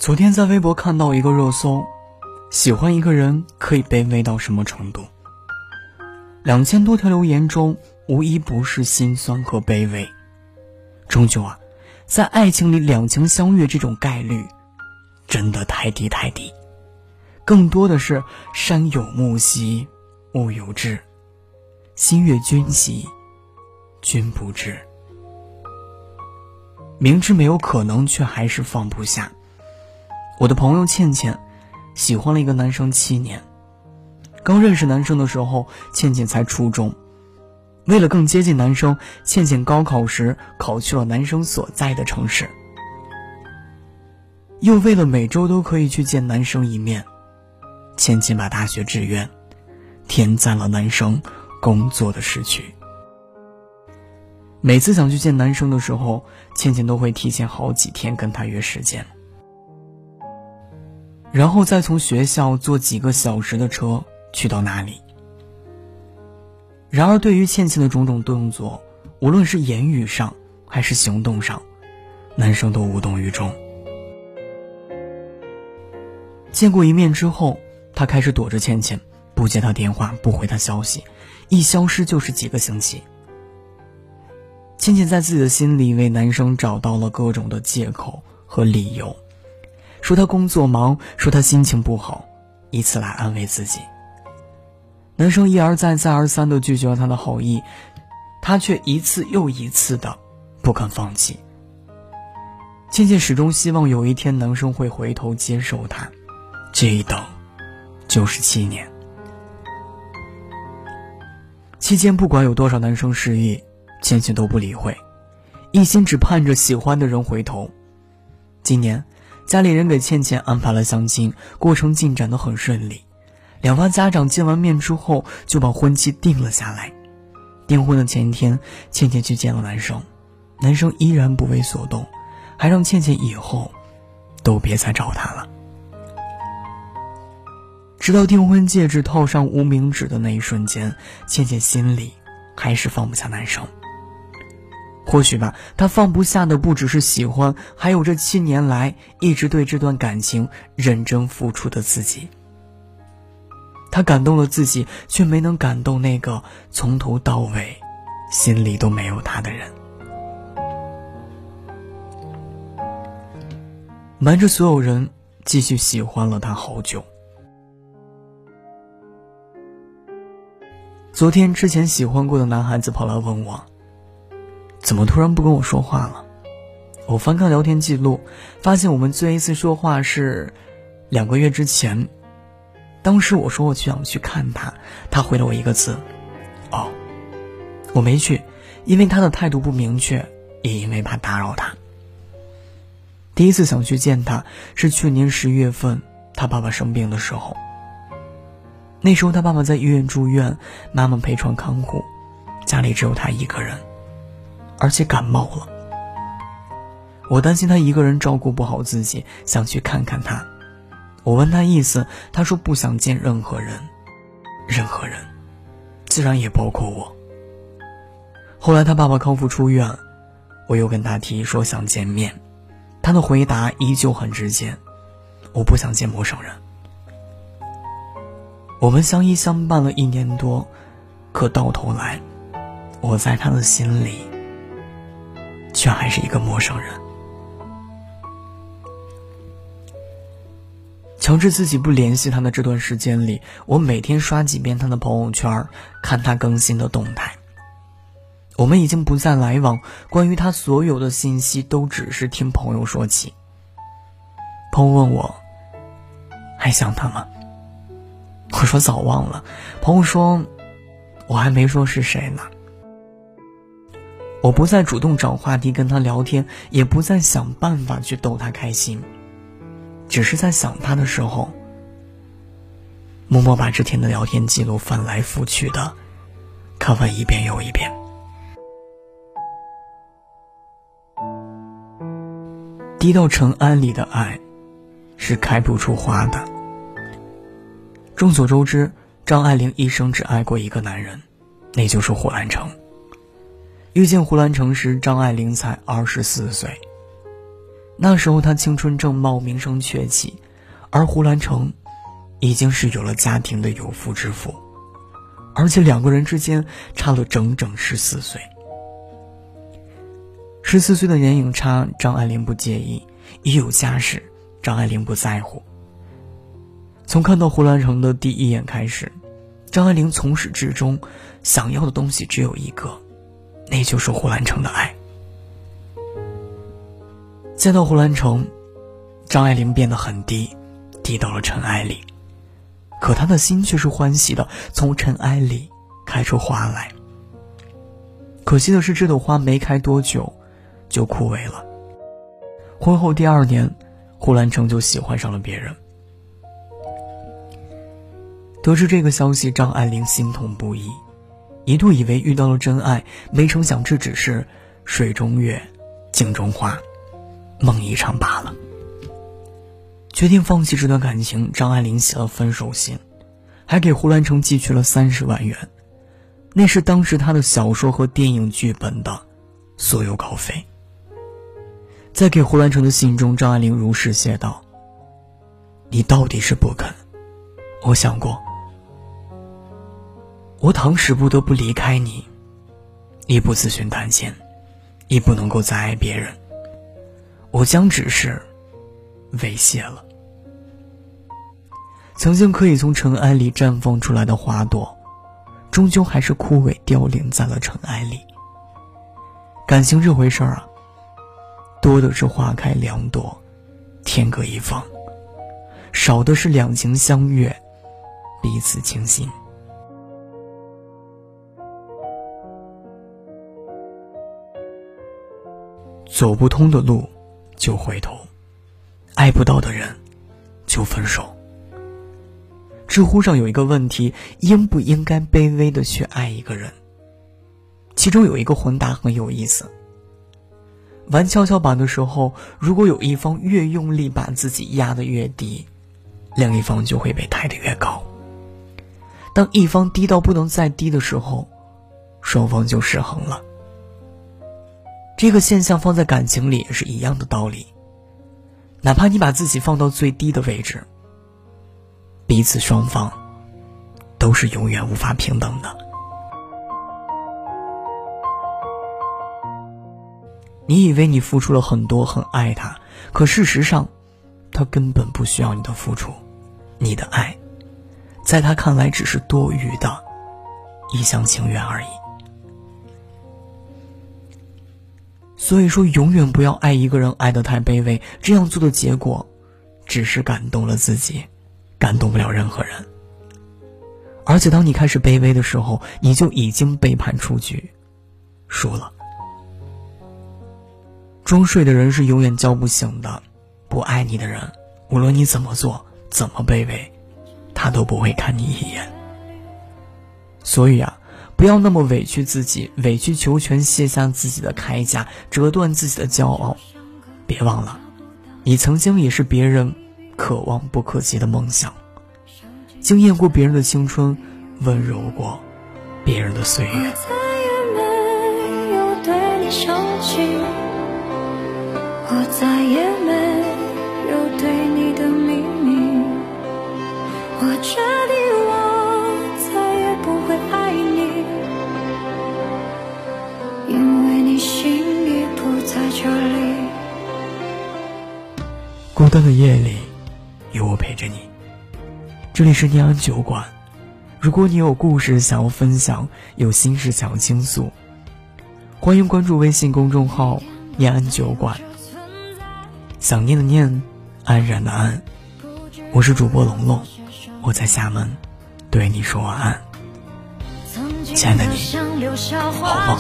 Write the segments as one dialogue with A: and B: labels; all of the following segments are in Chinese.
A: 昨天在微博看到一个热搜，喜欢一个人可以卑微到什么程度？2000多条留言中，无一不是心酸和卑微。终究在爱情里两情相悦这种概率真的太低太低，更多的是山有木兮木有枝，心悦君兮君不知。明知没有可能，却还是放不下。我的朋友倩倩喜欢了一个男生7年，刚认识男生的时候，倩倩才初中。为了更接近男生，倩倩高考时考去了男生所在的城市，又为了每周都可以去见男生一面，倩倩把大学志愿填在了男生工作的市区。每次想去见男生的时候，倩倩都会提前好几天跟他约时间，然后再从学校坐几个小时的车去到那里。然而对于倩倩的种种动作，无论是言语上还是行动上，男生都无动于衷。见过一面之后，他开始躲着倩倩，不接她电话，不回她消息，一消失就是几个星期。倩倩在自己的心里为男生找到了各种的借口和理由，说他工作忙，说他心情不好，以此来安慰自己。男生一而再再而三地拒绝了他的好意，他却一次又一次的不肯放弃。倩倩始终希望有一天男生会回头接受她，这一等就是7年。期间不管有多少男生示意，倩倩都不理会，一心只盼着喜欢的人回头。今年家里人给倩倩安排了相亲，过程进展得很顺利。两方家长见完面之后，就把婚期定了下来。订婚的前一天，倩倩去见了男生，男生依然不为所动，还让倩倩以后都别再找他了。直到订婚戒指套上无名指的那一瞬间，倩倩心里还是放不下男生。或许吧，她放不下的不只是喜欢，还有这7年来一直对这段感情认真付出的自己。她感动了自己，却没能感动那个从头到尾心里都没有他的人。瞒着所有人，继续喜欢了他好久。昨天之前喜欢过的男孩子跑来问我，怎么突然不跟我说话了？我翻看聊天记录，发现我们最后一次说话是2个月之前。当时我说我想去看他，他回了我一个字，哦。我没去，因为他的态度不明确，也因为怕打扰他。第一次想去见他是去年10月份他爸爸生病的时候。那时候他爸爸在医院住院，妈妈陪床看护，家里只有他一个人，而且感冒了。我担心他一个人照顾不好自己，想去看看他。我问他意思，他说不想见任何人，自然也包括我。后来他爸爸康复出院，我又跟他提说想见面，他的回答依旧很直接，我不想见陌生人。我们相依相伴了1年多，可到头来，我在他的心里却还是一个陌生人。强制自己不联系他的这段时间里，我每天刷几遍他的朋友圈，看他更新的动态。我们已经不再来往，关于他所有的信息都只是听朋友说起。朋友问我还想他吗？我说早忘了。朋友说我还没说是谁呢。我不再主动找话题跟他聊天，也不再想办法去逗他开心，只是在想他的时候，默默把之前的聊天记录翻来覆去的看完一遍又一遍。滴到尘埃里的爱是开不出花的。众所周知，张爱玲一生只爱过一个男人，那就是胡兰成。遇见胡兰成时，张爱玲才24岁。 那时候他青春正茂，名声鹊起，而胡兰成已经是有了家庭的有妇之夫，而且两个人之间差了整整14岁。14岁的年龄差，张爱玲不介意，一有家室，张爱玲不在乎。从看到胡兰成的第一眼开始，张爱玲从始至终想要的东西只有一个，那就是胡兰成的爱。见到胡兰成，张爱玲变得很低，低到了尘埃里，可她的心却是欢喜的，从尘埃里开出花来。可惜的是，这朵花没开多久就枯萎了。婚后第2年，胡兰成就喜欢上了别人。得知这个消息，张爱玲心痛不已，一度以为遇到了真爱，没成想这只是水中月，镜中花，梦一场罢了。决定放弃这段感情，张爱玲写了分手信，还给胡兰成寄去了30万元，那是当时他的小说和电影剧本的所有稿费。在给胡兰成的信中，张爱玲如实写道：你到底是不肯，我想过，我倘使不得不离开你，亦不自寻短见，亦不能够再爱别人，我将只是猥亵了。曾经可以从尘埃里绽放出来的花朵，终究还是枯萎凋零在了尘埃里。感情这回事儿啊，多的是花开两朵，天各一方，少的是两情相悦，彼此倾心。走不通的路就回头，爱不到的人就分手。知乎上有一个问题，应不应该卑微的去爱一个人？其中有一个回答很有意思。玩跷跷板的时候，如果有一方越用力把自己压得越低，另一方就会被抬得越高。当一方低到不能再低的时候，双方就失衡了。这个现象放在感情里也是一样的道理，哪怕你把自己放到最低的位置，彼此双方都是永远无法平等的。你以为你付出了很多，很爱他，可事实上他根本不需要你的付出，你的爱在他看来只是多余的一厢情愿而已。所以说，永远不要爱一个人爱得太卑微，这样做的结果只是感动了自己，感动不了任何人。而且当你开始卑微的时候，你就已经被判出局，输了。装睡的人是永远叫不醒的，不爱你的人，无论你怎么做，怎么卑微，他都不会看你一眼。所以啊，不要那么委屈自己，委曲求全，卸下自己的铠甲，折断自己的骄傲。别忘了，你曾经也是别人可望不可及的梦想，惊艳过别人的青春，温柔过别人的岁月。
B: 我再也没有对你生气，我再也没有对你的秘密，我决定我再也不会爱你，因为你心已不在这里。
A: 孤单的夜里，有我陪着你。这里是念安酒馆，如果你有故事想要分享，有心事想要倾诉，欢迎关注微信公众号念安酒馆。想念的念，安然的安，我是主播龙龙，我在厦门对你说晚安。亲爱的你，好梦。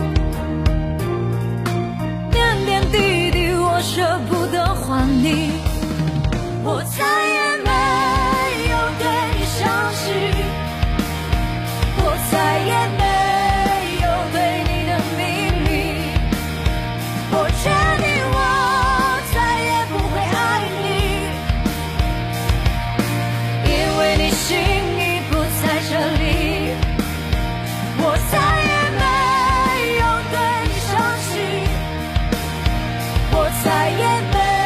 B: 点点滴滴我舍不得还你，我再也没有对你伤心，我再也没有对你的秘密，我决定我再也不会爱你，因为你心已不在这里，我再也没有对你伤心，我再也没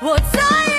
B: 我再也